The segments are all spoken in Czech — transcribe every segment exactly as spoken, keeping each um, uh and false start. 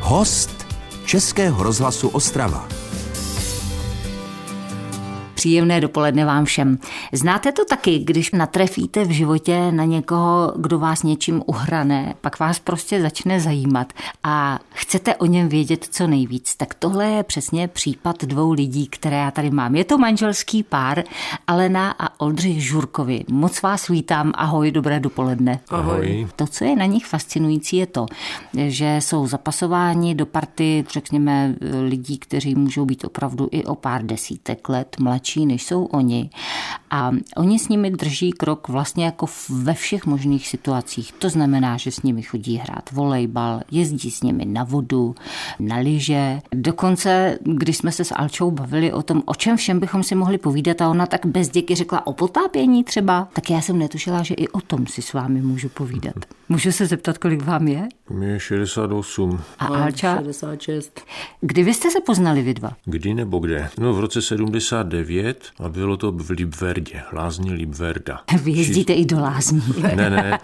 Host Českého rozhlasu Ostrava. Příjemné dopoledne vám všem. Znáte to taky, když natrefíte v životě na někoho, kdo vás něčím uhrane, pak vás prostě začne zajímat a chcete o něm vědět co nejvíc. Tak tohle je přesně případ dvou lidí, které já tady mám. Je to manželský pár Alena a Oldřich Žurkovi. Moc vás vítám. Ahoj, dobré dopoledne. Ahoj. To, co je na nich fascinující, je to, že jsou zapasováni do party, řekněme, lidí, kteří můžou být opravdu i o pár desítek let mladší, než jsou oni. A oni s nimi drží krok vlastně jako ve všech možných situacích. To znamená, že s nimi chodí hrát volejbal, jezdí s nimi na vodu, na lyže. Dokonce, když jsme se s Alčou bavili o tom, o čem všem bychom si mohli povídat, a ona tak bez děky řekla o potápění třeba, tak já jsem netušila, že i o tom si s vámi můžu povídat. Můžu se zeptat, kolik vám je? Mě je šedesát osm. A Alča? šedesát šest. Kdy vy jste se poznali vy dva? Kdy nebo kde? No v roce sedmdesát devět a bylo to v Libverdě, lázně Libverda. Vy jezdíte Či... i do lázní. Ne, ne.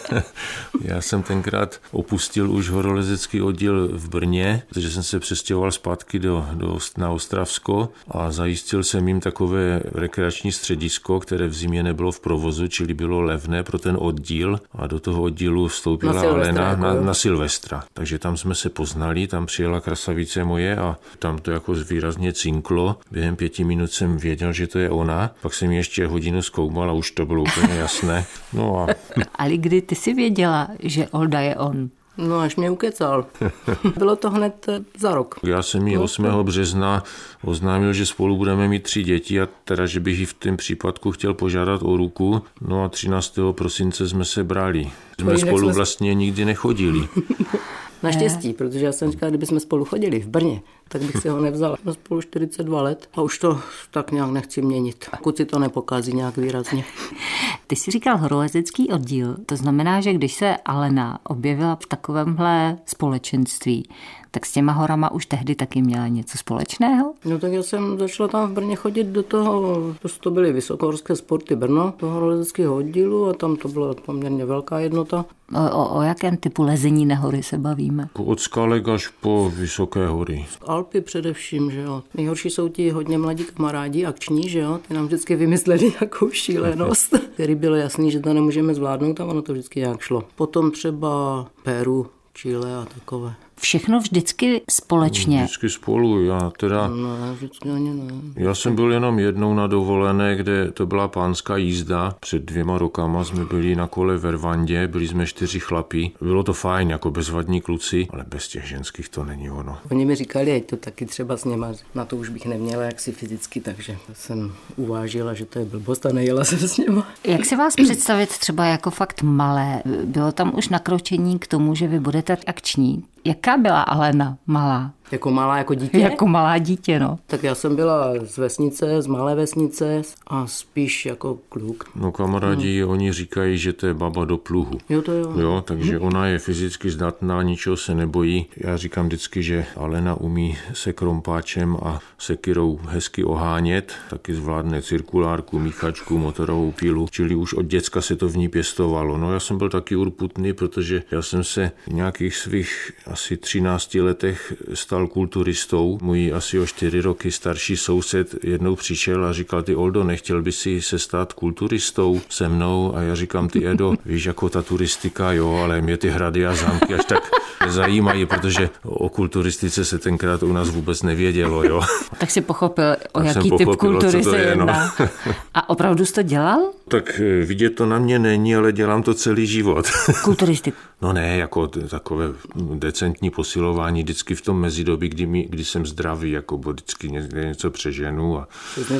Já jsem tenkrát opustil už horolezecký oddíl v Brně, protože jsem se přestěhoval zpátky do, do, na Ostravsko a zajistil jsem jim takové rekreační středisko, které v zimě nebylo v provozu, čili bylo levné pro ten oddíl a do toho oddílu vstoupila na Alena jako, na, na Silvestra. Takže tam jsme se poznali, tam přijela krasavice moje a tam to jako výrazně cinklo. Během pěti minut jsem věděl, že to je ona. Pak jsem ji ještě hodinu zkoumal a už to bylo úplně jasné. No a... Ale kdy ty jsi věděla, že Olda je on? No až mě ukecal. Bylo to hned za rok. Já jsem jí osmého března oznámil, že spolu budeme mít tři děti a teda, že bych jí v tom případku chtěl požádat o ruku. No a třináctého prosince jsme se brali. Jsme spolu vlastně nikdy nechodili. Naštěstí, protože já jsem říkal, kdyby jsme spolu chodili v Brně, tak bych si ho nevzala. Jsme spolu čtyřicet dva let a už to tak nějak nechci měnit, pokud si to nepokází nějak výrazně. Ty jsi říkal horolezecký oddíl, to znamená, že když se Alena objevila v takovémhle společenství, tak s těma horama už tehdy taky měla něco společného? No tak já jsem začala tam v Brně chodit do toho, to byly vysokohorské sporty Brno, toho horolezeckého oddílu a tam to byla poměrně velká jednota. O, o, o jakém typu lezení na hory se bavíme? Od skalek až po vysoké hory. Alpy především, že jo. Nejhorší jsou ti hodně mladí kamarádi, akční, že jo. Ty nám vždycky vymysleli nějakou šílenost, který bylo jasný, že to nemůžeme zvládnout a ono to vždycky nějak šlo. Potom třeba Peru, Chile a takové. Všechno vždycky společně? Vždycky spolu, já teda... Ne, vždycky ani ne. Já jsem byl jenom jednou na dovolené, kde to byla pánská jízda. Před dvěma rokama jsme byli na kole ve Rwandě, byli jsme čtyři chlapi. Bylo to fajn, jako bezvadní kluci, ale bez těch ženských to není ono. Oni mi říkali, ať to taky třeba s něma, na to už bych neměla jaksi fyzicky, takže jsem uvážila, že to je blbost a nejela jsem s něma. Jak si vás představit třeba jako fakt malé? Bylo tam už nakročení k tomu, že vy budete akční? Jaká byla Alena malá? Jako malá, jako dítě? Jako malá dítě, no. Tak já jsem byla z vesnice, z malé vesnice a spíš jako kluk. No kamarádi, hmm. oni říkají, že to je baba do pluhu. Jo, to jo. Jo, takže hmm. ona je fyzicky zdatná, ničeho se nebojí. Já říkám vždycky, že Alena umí se krompáčem a sekyrou hezky ohánět, taky zvládne cirkulárku, míchačku, motorovou pílu, čili už od děcka se to v ní pěstovalo. No já jsem byl taky urputný, protože já jsem se v nějakých svých asi třinácti letech stal kulturistou. Můj asi o čtyři roky starší soused jednou přišel a říkal, ty Oldo, nechtěl by si se stát kulturistou se mnou? A já říkám, ty Edo, víš, jako ta turistika, jo, ale mě ty hrady a zámky až tak nezajímají, protože o kulturistice se tenkrát u nás vůbec nevědělo, jo. Tak si pochopil, o tak jaký typ kultury se jedná. No. A opravdu jsi to dělal? Tak vidět to na mě není, ale dělám to celý život. Kulturistiku? No ne, jako takové decentní posilování vždycky v tom mezidobí, kdy, mi, kdy jsem zdravý, jako vždycky něco přeženu. A...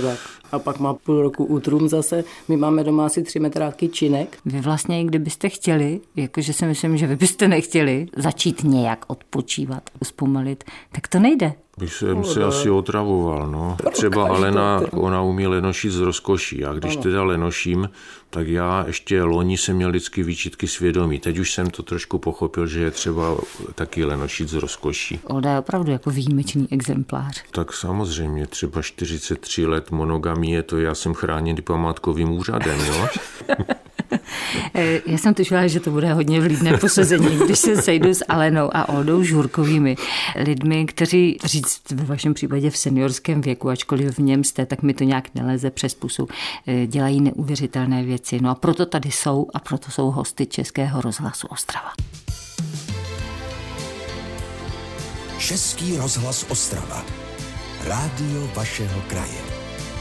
a pak má půl roku útrum zase. My máme doma asi tři metráky činek. Vy vlastně, kdybyste chtěli, jakože si myslím, že vy byste nechtěli začít nějak odpočívat, uspomalit, tak to nejde. Bych jsem no, se ne. asi otravoval, no. Třeba Alena, ona umí lenošit z rozkoší. A když ano. teda lenoším, tak já ještě loni jsem měl vždycky výčitky svědomí. Teď už jsem to trošku pochopil, že je třeba taky lenošit z rozkoší. Olda je opravdu jako výjimečný exemplář. Tak samozřejmě, třeba čtyřicet tři let monogamie, to já jsem chráněný památkovým úřadem, jo. Já jsem tušila, že to bude hodně vlídné posazení, když se sejdu s Alenou a Oldou Žůrkovými, lidmi, kteří, říct ve vašem případě v seniorském věku, ačkoliv v něm jste, tak mi to nějak neleze přes pusu, dělají neuvěřitelné věci. No a proto tady jsou a proto jsou hosty Českého rozhlasu Ostrava. Český rozhlas Ostrava. Rádio vašeho kraje.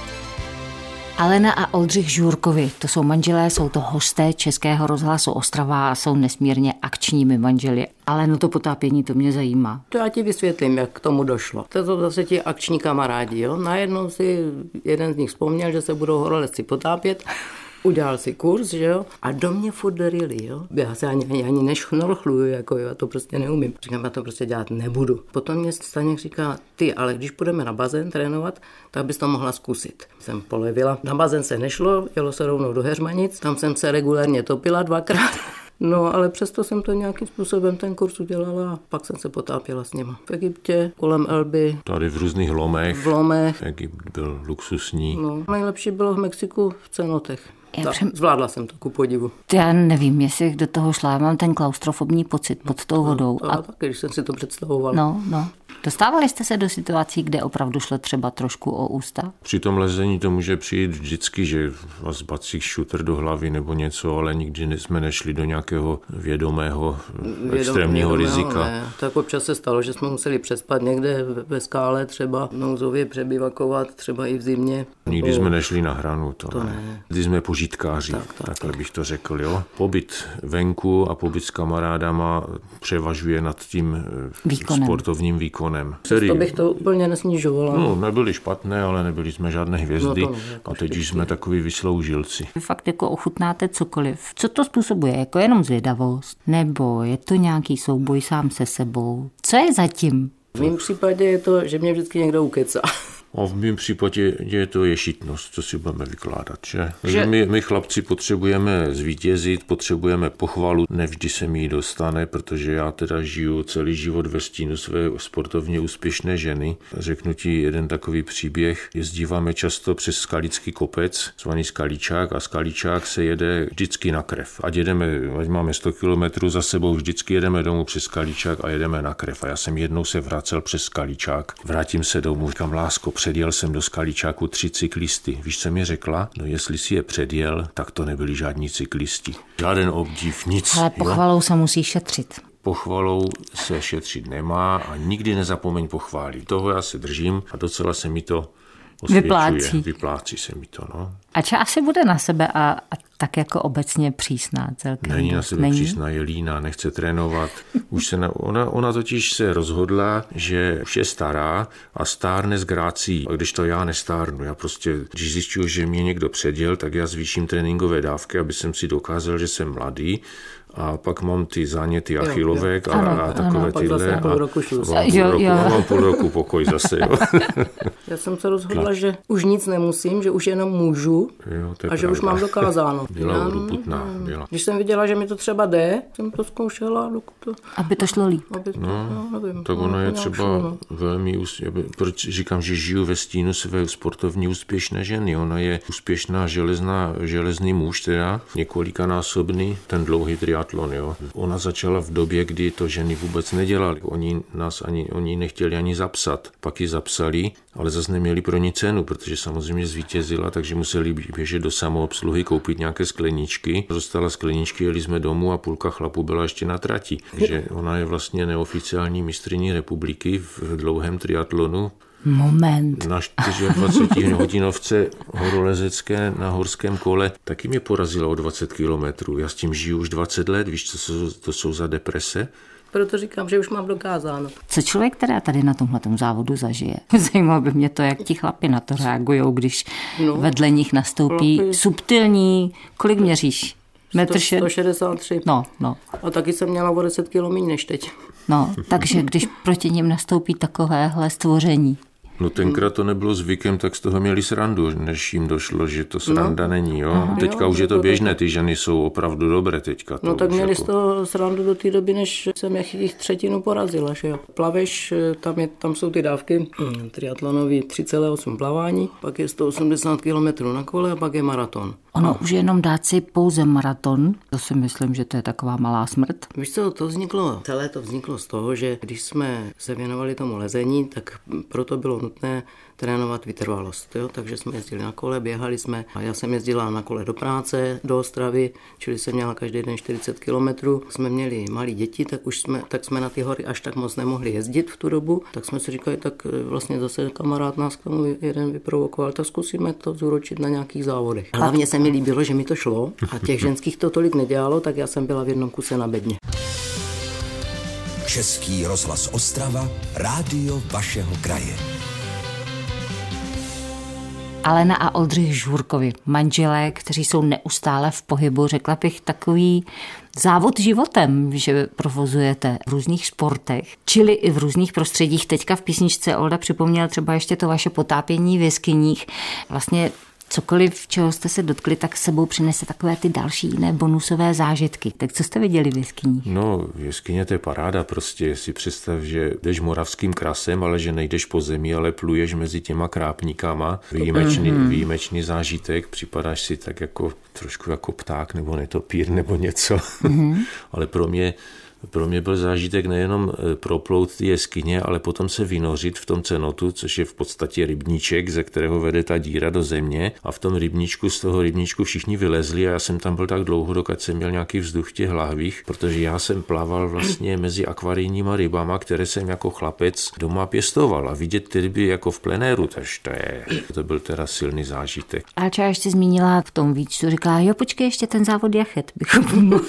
Alena a Oldřich Žůrkovi, to jsou manželé, jsou to hosté Českého rozhlasu Ostrava a jsou nesmírně akčními manželi. Ale no to potápění, to mě zajímá. To já ti vysvětlím, jak k tomu došlo. To jsou zase ti akční kamarádi, jo. Najednou si jeden z nich vzpomněl, že se budou horolezci potápět. Udělal si kurz, že jo, a do mě furt rili, jo. Já se ani, ani, ani nešnorchluju, jako jo, já to prostě neumím. Říkám, já to prostě dělat nebudu. Potom mě Staněk říká, ty, ale když půjdeme na bazén trénovat, tak bys to mohla zkusit. Jsem polevila. Na bazén se nešlo, jelo se rovnou do Heřmanic, tam jsem se regulérně topila dvakrát. No, ale přesto jsem to nějakým způsobem ten kurz udělala a pak jsem se potápěla s nima. V Egyptě, kolem Elby. Tady v různých lomech. V lomech. Egypt byl luxusní. No, nejlepší bylo v Mexiku v cenotech. Já Tak, přem... Zvládla jsem to, ku podivu. Já nevím, jestli do toho šla, mám ten klaustrofobní pocit pod tou vodou. No, a taky, když jsem si to představovala. No, no. Dostávali jste se do situací, kde opravdu šlo třeba trošku o ústa? Při tom lezení to může přijít vždycky, že vás bací šuter do hlavy nebo něco, ale nikdy jsme nešli do nějakého vědomého, Vědom, extrémního vědomého, rizika. Ne. Tak občas se stalo, že jsme museli přespat někde ve skále, třeba nouzově přebivakovat, třeba i v zimě. Nikdy to... jsme nešli na hranu. To, to ne. ne. Kdy jsme požitkáři, tak, tak, takhle tak. bych to řekl. Jo? Pobyt venku a pobyt s kamarádama převažuje nad tím výkonem. Sportovním výkonem. To bych to úplně nesnižovala. No, nebyli špatné, ale nebyli jsme žádné hvězdy no to ne, jako a teď už jsme takový vysloužilci. Vy fakt jako ochutnáte cokoliv. Co to způsobuje? Jako jenom zvědavost? Nebo je to nějaký souboj sám se sebou? Co je zatím? V mém případě je to, že mě vždycky někdo ukecá. A v mém případě je to ješitnost, co si budeme vykládat, že? že my, my chlapci potřebujeme zvítězit, potřebujeme pochvalu, nevždy se mi ji dostane, protože já teda žiju celý život ve stínu své sportovně úspěšné ženy. Řeknu ti jeden takový příběh. Jezdíváme často přes Skalický kopec, zvaný Skaličák, a Skaličák se jede vždycky na krev. Ať jedeme, ať máme sto kilometrů za sebou, vždycky jedeme domů přes Skaličák a jedeme na krev. A já jsem jednou se vracel přes Skaličák, vrátím se domů, říkám, lásko, předjel jsem do Skaličáku tři cyklisty. Víš, co mi řekla? No jestli si je předjel, tak to nebyli žádní cyklisti. Žáden obdiv, nic. Ale pochvalou jo? se musí šetřit. Pochvalou se šetřit nemá a nikdy nezapomeň pochválit. Toho já se držím a docela se mi to osvědčuje. Vyplácí. Vyplácí se mi to, no. A či asi bude na sebe a, a tak jako obecně přísná celkem? Není na sebe Není? přísná, je líná, nechce trénovat. Už se na, ona, ona totiž se rozhodla, že už je stará a stárne s grácí. A když to já nestárnu, já prostě, když zjišťuji, že mě někdo předjel, tak já zvýším tréninkové dávky, aby jsem si dokázal, že jsem mladý. A pak mám ty záněty achilovek a, ano, a takové ano, tyhle. A půl roku mám, půl roku, a mám půl roku pokoj zase. Jo. Já jsem se rozhodla, Tla. že už nic nemusím, že už jenom můžu jo, a pravda. že už mám dokázáno. Byla urputná. Byla. Když jsem viděla, že mi to třeba jde, jsem to zkoušela. To... Aby to šlo líp. Aby to, no, no, nevím, tak ono je třeba šlo, no. velmi, proč říkám, že žiju ve stínu své sportovní úspěšné ženy. Ona je úspěšná železná, železný muž, teda několikanásobný, ten dlouhý triatlon, jo. Ona začala v době, kdy to ženy vůbec nedělali. Oni nás ani, oni nechtěli ani zapsat. Pak ji zapsali, ale zase neměli pro ní cenu, protože samozřejmě zvítězila, takže museli běžet do samoobsluhy, koupit nějaké skleničky. Dostala skleničky, jeli jsme domů a půlka chlapů byla ještě na trati. Takže ona je vlastně neoficiální mistryní republiky v dlouhém triatlonu. Moment. Na dvacetihodinovce horolezecké na horském kole taky mě porazila o dvacet kilometrů. Já s tím žiju už dvacet let, víš, co jsou, to jsou za deprese? Proto říkám, že už mám dokázáno. Co člověk, která tady na tomhletom závodu zažije? Zajímalo by mě to, jak ti chlapi na to reagujou, když no, vedle nich nastoupí chlapi. Subtilní, kolik měříš? Metr sto šedesát tři. No, no. A taky jsem měla o deset kilo méně než teď. No, takže když proti nim nastoupí takovéhle stvoření, No tenkrát to nebylo zvykem, tak z toho měli srandu, než jim došlo, že to sranda no. není. Jo? Aha, teďka jo, už je to běžné, ty ženy jsou opravdu dobré teďka. To no tak měli jako... z toho srandu do té doby, než jsem jich třetinu porazila. Že jo? Plaveš, tam, je, tam jsou ty dávky, triatlonový tři celá osm plavání, pak je sto osmdesát kilometrů na kole a pak je maraton. Ono a... už jenom dát si pouze maraton, to si myslím, že to je taková malá smrt. Víš co, to vzniklo, celé to vzniklo z toho, že když jsme se věnovali tomu lezení, tak proto bylo nutné trénovat vytrvalost. Jo? Takže jsme jezdili na kole, běhali jsme a já jsem jezdila na kole do práce, do Ostravy, čili jsem měla každý den čtyřicet kilometrů. Jsme měli malí děti, tak už jsme, tak jsme na ty hory až tak moc nemohli jezdit v tu dobu, tak jsme si říkali, tak vlastně zase kamarád nás k tomu jeden vyprovokoval, tak zkusíme to zúročit na nějakých závodech. Hlavně se mi líbilo, že mi to šlo a těch ženských to tolik nedělalo, tak já jsem byla v jednom kuse na bedně. Český rozhlas Ostrava, rádio vašeho kraje. Alena a Oldřich Žůrkovi, manželé, kteří jsou neustále v pohybu, řekla bych takový závod životem, že provozujete v různých sportech, čili i v různých prostředích. Teďka v písničce Olda připomněl třeba ještě to vaše potápění v jeskyních. Vlastně cokoliv, čeho jste se dotkli, tak sebou přinese takové ty další jiné bonusové zážitky. Tak co jste viděli v jeskyních? No, jeskyně to je paráda prostě. Si představ, že jdeš moravským krasem, ale že nejdeš po zemi, ale pluješ mezi těma krápníkama. Výjimečný, mm-hmm. výjimečný zážitek. Připadáš si tak jako trošku jako pták nebo netopír nebo něco. Mm-hmm. Ale pro mě Pro mě byl zážitek nejenom proplout ty jeskyně, ale potom se vynořit v tom cenotu, což je v podstatě rybníček, ze kterého vede ta díra do země. A v tom rybníčku, z toho rybníčku všichni vylezli a já jsem tam byl tak dlouho, dokud jsem měl nějaký vzduch v těch lahvích, protože já jsem plaval vlastně mezi akvarijníma rybama, které jsem jako chlapec doma pěstoval. A vidět ty ryby jako v plenéru, takže to je, to byl teda silný zážitek. A třeba ještě zmínila v tom výčtu, říkala, jo, počkej, ještě ten závod jachet bychom mohli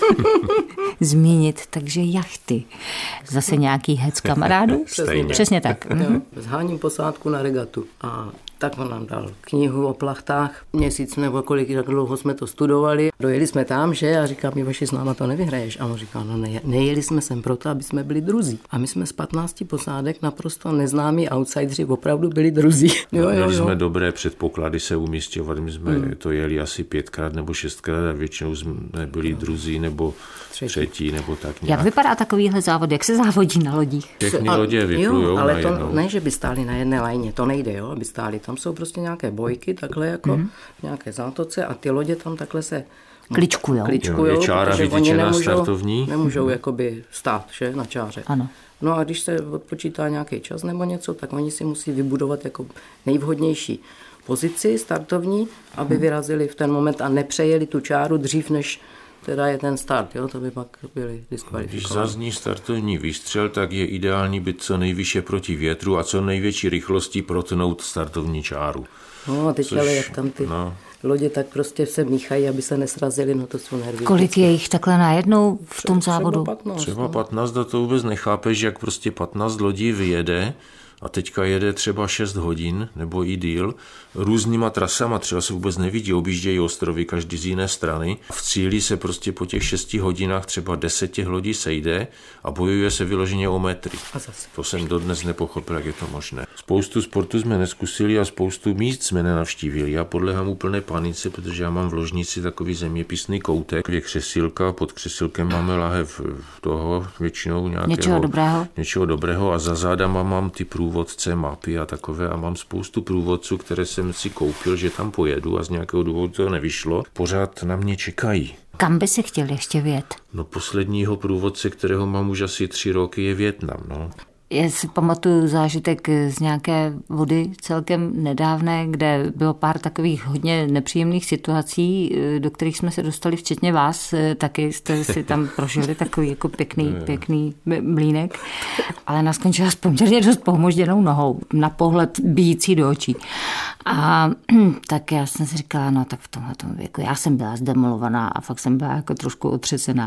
zmínit, takže jachty. Zase nějaký hec kamarádů? Stejně. Přesně tak. Mhm. Zháním posádku na regatu. A tak on nám dal knihu o plachtách. Měsíc nebo kolik, jak dlouho jsme to studovali. Dojeli jsme tam, že? A říkám, Ivaši, s náma to nevyhraješ. A on říká, no ne, nejeli jsme sem proto, aby jsme byli druzí. A my jsme z patnácti posádek naprosto neznámí outsideri opravdu byli druzí. Jo, jo, jo. Měli jsme dobré předpoklady se umístěvat. My jsme hmm. to jeli asi pětkrát nebo šestkrát a většinou jsme byli no. druzí nebo třetí. třetí nebo tak nějak. Jak vypadá takovýhle závod? Jak se závodí na lodích? Všechny lodě vyplujou ale najednou. To ne, že by stáli na jedné lajně, to nejde, jo, aby stáli. Tam jsou prostě nějaké bojky, takhle jako mm. nějaké zátoce a ty lodě tam takhle se kličkujou. kličkujou jo, je čára vytyčená startovní. Nemůžou jakoby stát, že, na čáře. Ano. No a když se odpočítá nějaký čas nebo něco, tak oni si musí vybudovat jako nejvhodnější pozici startovní, aby vyrazili v ten moment a nepřejeli tu čáru dřív, než teda je ten start, jo, to by pak byli diskvalifikováni. Když zazní startovní výstřel, tak je ideální být co nejvyšší proti větru a co největší rychlostí protnout startovní čáru. No a teď Což, ale jak tam ty no. lodě tak prostě se míchají, aby se nesrazili, no to jsou nervy. Kolik je jich takhle najednou v tom třeba závodu? patnáct, Třeba no. patnáct, a to vůbec nechápeš, jak prostě patnáct lodí vyjede a teďka jede třeba šest hodin nebo i díl různýma trasama, třeba se vůbec nevidí, objíždějí ostrovy, každý z jiné strany. V cíli se prostě po těch šesti hodinách třeba deset těch lodí sejde a bojuje se vyloženě o metry. A zase. To jsem dodnes nepochopil, jak je to možné. Spoustu sportu jsme neskusili a spoustu míst jsme nenavštívili. Já podléhám úplné panice, protože já mám v ložnici takový zeměpisný koutek, je křesílka, pod křesílkem máme lahev toho většinou nějakého něčeho dobrého. něčeho dobrého a za zádama mám ty průvodce, mapy a takové a mám spoustu průvodců, které jsem si koupil, že tam pojedu a z nějakého důvodu to nevyšlo. Pořád na mě čekají. Kam by si chtěl ještě vyjet? No posledního průvodce, kterého mám už asi tři roky, je Vietnam, no. Já si pamatuju zážitek z nějaké vody celkem nedávné, kde bylo pár takových hodně nepříjemných situací, do kterých jsme se dostali, včetně vás. Taky jste si tam prožili takový jako pěkný, pěkný mlýnek. Ale nás skončila s poměrně dost pohmožděnou nohou, na pohled bijící do očí. A tak já jsem si říkala, no tak v tomhletom věku, já jsem byla zdemolovaná a fakt jsem byla jako trošku otřesená.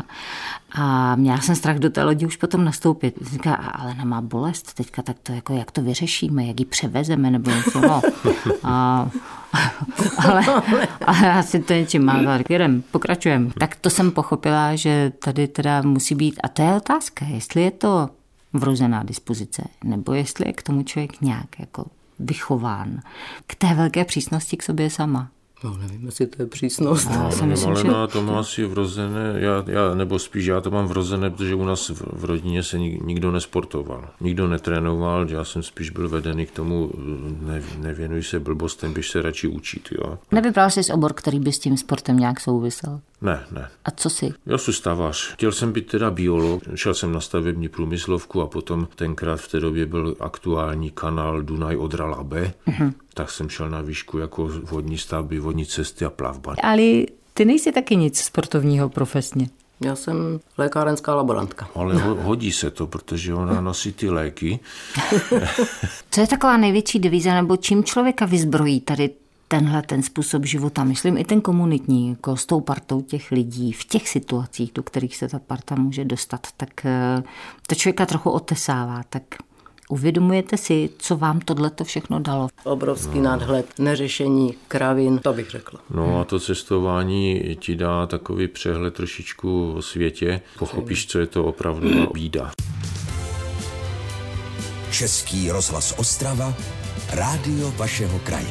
A měla jsem strach do té lodi už potom nastoupit. Říkala, ale na má bolest teďka, tak to jako, jak to vyřešíme, jak ji převezeme, nebo něco, no. A, ale, ale já si to něčím mám, jdem, pokračujeme. Tak to jsem pochopila, že tady teda musí být, a to je otázka, jestli je to vrozená dispozice, nebo jestli je k tomu člověk nějak jako vychován k té velké přísnosti k sobě sama? No, nevím, jestli to je přísnost. No, si myslím, Malena že... to má asi vrozené, já, já, nebo spíš já to mám vrozené, protože u nás v, v rodině se nik, nikdo nesportoval. Nikdo netrénoval, já jsem spíš byl vedený k tomu, ne, nevěnuj se blbostem, běž se radši učit. Jo. Nevybral jsi obor, který by s tím sportem nějak souvisel? Ne, ne. A co si? Já jsem stavař. Chtěl jsem být teda biolog, šel jsem na stavební průmyslovku a potom tenkrát v té době byl aktuální kanál Dunaj-Odra-Labe, mm-hmm. tak jsem šel na výšku jako vodní stavby, vodní cesty a plavba. Ale ty nejsi taky nic sportovního profesně. Já jsem lékárenská laborantka. Ale ho, hodí se to, protože ona nosí ty léky. Co je taková největší devíza, nebo čím člověka vyzbrojí tady tenhle ten způsob života, myslím i ten komunitní, jako s tou partou těch lidí, v těch situacích, do kterých se ta parta může dostat, tak to člověka trochu otesává, tak uvědomujete si, co vám tohleto všechno dalo? Obrovský no. nadhled, neřešení kravin, to bych řekla. No a to cestování ti dá takový přehled trošičku o světě, pochopíš, co je to opravdu bída. Český rozhlas Ostrava, rádio vašeho kraje.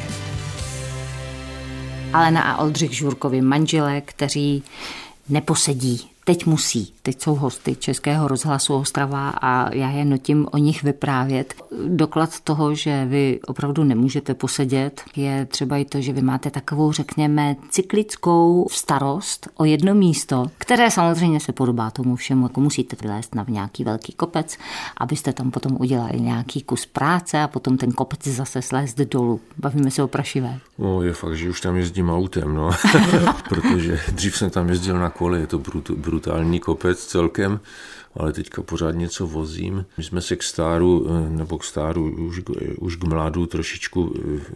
Alena a Oldřich Žurkovi, manželé, kteří neposedí. Teď musí. Teď jsou hosty Českého rozhlasu Ostrava a já je nutím o nich vyprávět. Doklad toho, že vy opravdu nemůžete posedět, je třeba i to, že vy máte takovou, řekněme, cyklickou starost o jedno místo, které samozřejmě se podobá tomu všemu, jako musíte vylézt na nějaký velký kopec, abyste tam potom udělali nějaký kus práce a potom ten kopec zase slézt dolů. Bavíme se o Prašivé. No, je fakt, že už tam jezdím autem, no. Protože dřív jsem tam jezdil na kole, je to brut, brutální kopec celkem, ale teďka pořád něco vozím. My jsme se k stáru, nebo k stáru, už, už k mládu trošičku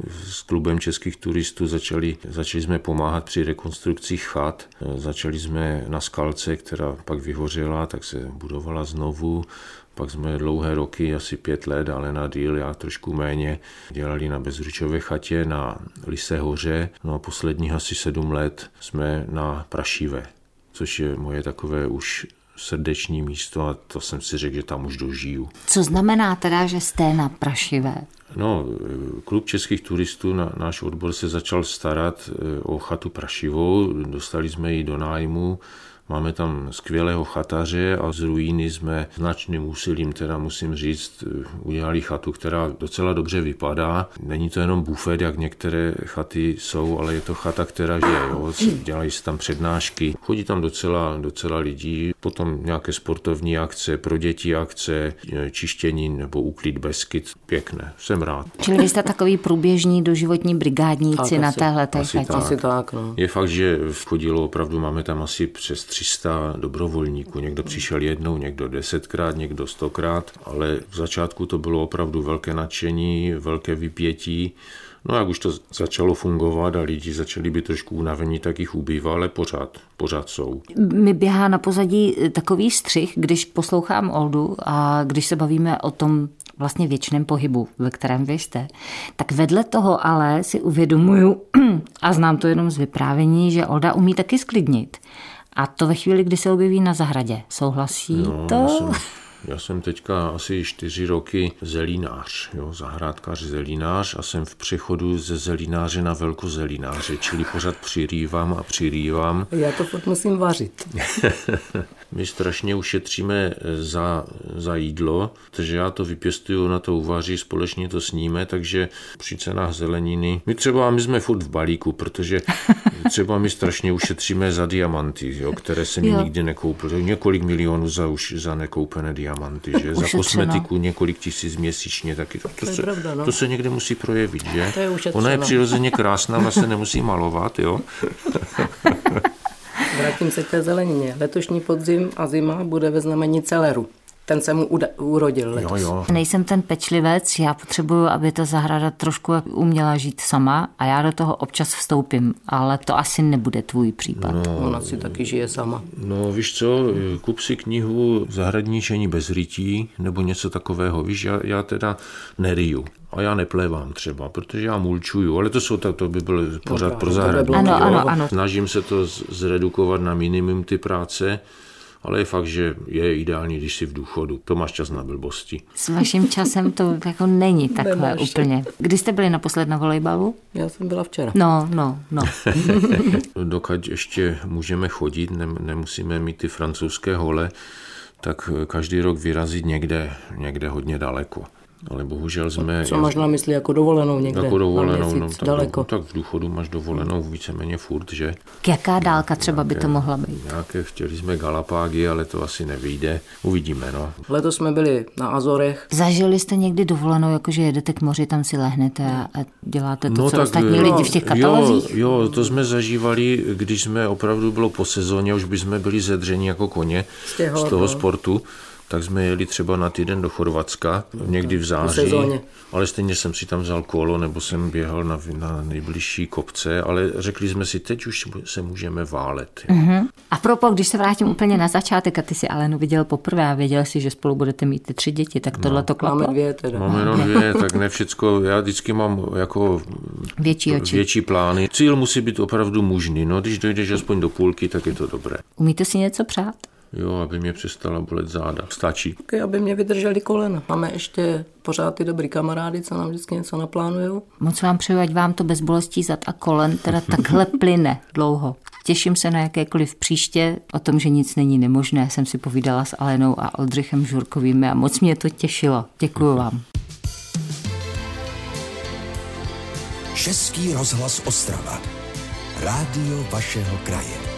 s klubem českých turistů začali, začali jsme pomáhat při rekonstrukcích chat. Začali jsme na Skalce, která pak vyhořela, tak se budovala znovu. Pak jsme dlouhé roky, asi pět let, ale na díl, já trošku méně, dělali na Bezručové chatě na Lise hoře. No a posledních asi sedm let jsme na Prašivé, což je moje takové už srdeční místo a to jsem si řekl, že tam už dožiju. Co znamená teda, že jste na Prašivé? No, klub českých turistů, na, náš odbor se začal starat o chatu Prašivou, dostali jsme ji do nájmu. Máme tam skvělého chataře a z ruíny jsme značným úsilím, teda musím říct, udělali chatu, která docela dobře vypadá. Není to jenom bufet, jak některé chaty jsou, ale je to chata, která žije. Jo? Dělají se tam přednášky, chodí tam docela, docela lidí, potom nějaké sportovní akce, pro děti akce, čištění nebo úklid Beskyt. Pěkné, jsem rád. Čili vy jste takový průběžní doživotní brigádníci na téhleté chatě. Asi tak, no. Je fakt, že chodilo opravdu, máme tam asi přes tři sta dobrovolníků. Někdo přišel jednou, někdo desetkrát, někdo stokrát, ale v začátku to bylo opravdu velké nadšení, velké vypětí. No jak už to začalo fungovat a lidi začali být trošku unavení, tak jich ubývá, ale pořád, pořád jsou. Mi běhá na pozadí takový střih, když poslouchám Oldu a když se bavíme o tom vlastně věčném pohybu, ve kterém vy jste, tak vedle toho ale si uvědomuju, a znám to jenom z vyprávění, že Olda umí taky sklidnit. A to ve chvíli, kdy se objeví na zahradě. Souhlasí no, to? Já jsem, já jsem teďka asi čtyři roky zelinář, jo, zahrádkář zelinář a jsem v přechodu ze zelináře na velkozelináře, čili pořád přirývám a přirývám. Já to furt musím vařit. My strašně ušetříme za, za jídlo, takže já to vypěstuju, na to uvaří, společně to sníme, takže při cenách zeleniny. My třeba, my jsme furt v balíku, protože třeba my strašně ušetříme za diamanty, jo, které se mi jo. nikdy nekoupil. Několik milionů za, už, za nekoupené diamanty, že? Za kosmetiku několik tisíc měsíčně taky. To, to, to, se, pravda, no. to se někde musí projevit, že? To je Ona je přirozeně krásná, ona se nemusí malovat, jo? Vrátím se k té zelenině. Letošní podzim a zima bude ve znamení celeru. Ten se mu uda- urodil letos. Jo, jo. Nejsem ten pečlivec, já potřebuju, aby ta zahrada trošku uměla žít sama a já do toho občas vstoupím, ale to asi nebude tvůj případ. No, ona si taky žije sama. No víš co, kup si knihu Zahradničení bez rytí nebo něco takového. Víš, já, já teda neriju. A já neplévám třeba, protože já mulčuju, ale to jsou tak, to by bylo pořád no, pro zahradu. Ano, ano, ano. Snažím se to zredukovat na minimum ty práce ale je fakt, že je ideální, když jsi v důchodu. To máš čas na blbosti. S vaším časem to jako není takhle Nemáš. Úplně. Kdy jste byli naposled na volejbalu? Já jsem byla včera. No, no, no. Dokud ještě můžeme chodit, ne, nemusíme mít ty francouzské hole, tak každý rok vyrazit někde, někde hodně daleko. Ale bohužel jsme... Co máš na mysli, jako dovolenou někde? Jako dovolenou, na no, měsíc, tak, daleko. tak v důchodu máš dovolenou víceméně furt, že? Jaká dálka třeba by to mohla být? Nějaké, chtěli jsme Galapágy, ale to asi nevyjde. Uvidíme, no. Letos jsme byli na Azorech. Zažili jste někdy dovolenou, jakože jedete k moři, tam si lehnete a děláte to, no, co tak, ostatní no, lidi v těch katalozích? Jo, jo, to jsme zažívali, když jsme opravdu bylo po sezóně, už by jsme byli zedření jako koně z, těho, z toho no. sportu. Tak jsme jeli třeba na týden do Chorvatska, někdy v září, ale stejně jsem si tam vzal kolo, nebo jsem běhal na, na nejbližší kopce, ale řekli jsme si, teď už se můžeme válet. Uh-huh. A propos, když se vrátím úplně na začátek a ty si Alenu viděl poprvé a věděl si, že spolu budete mít ty tři děti, tak tohle to klaplo? Máme dvě teda. Máme jenom dvě, tak ne všecko, já vždycky mám jako větší, oči. větší plány. Cíl musí být opravdu mužný, no když dojdeš aspoň do půlky, tak je to dobré. Umíte si něco přát? Jo, aby mě přestala bolet záda. Stačí. Okay, aby mě vydrželi kolena. Máme ještě pořád ty dobrý kamarády, co nám vždycky něco naplánujou. Moc vám přeju, ať vám to bez bolestí zad a kolen teda takhle plyne dlouho. Těším se na jakékoliv příště. O tom, že nic není nemožné, jsem si povídala s Alenou a Oldřichem Žurkovými a moc mě to těšilo. Děkuju vám. Český rozhlas Ostrava. Rádio vašeho kraje.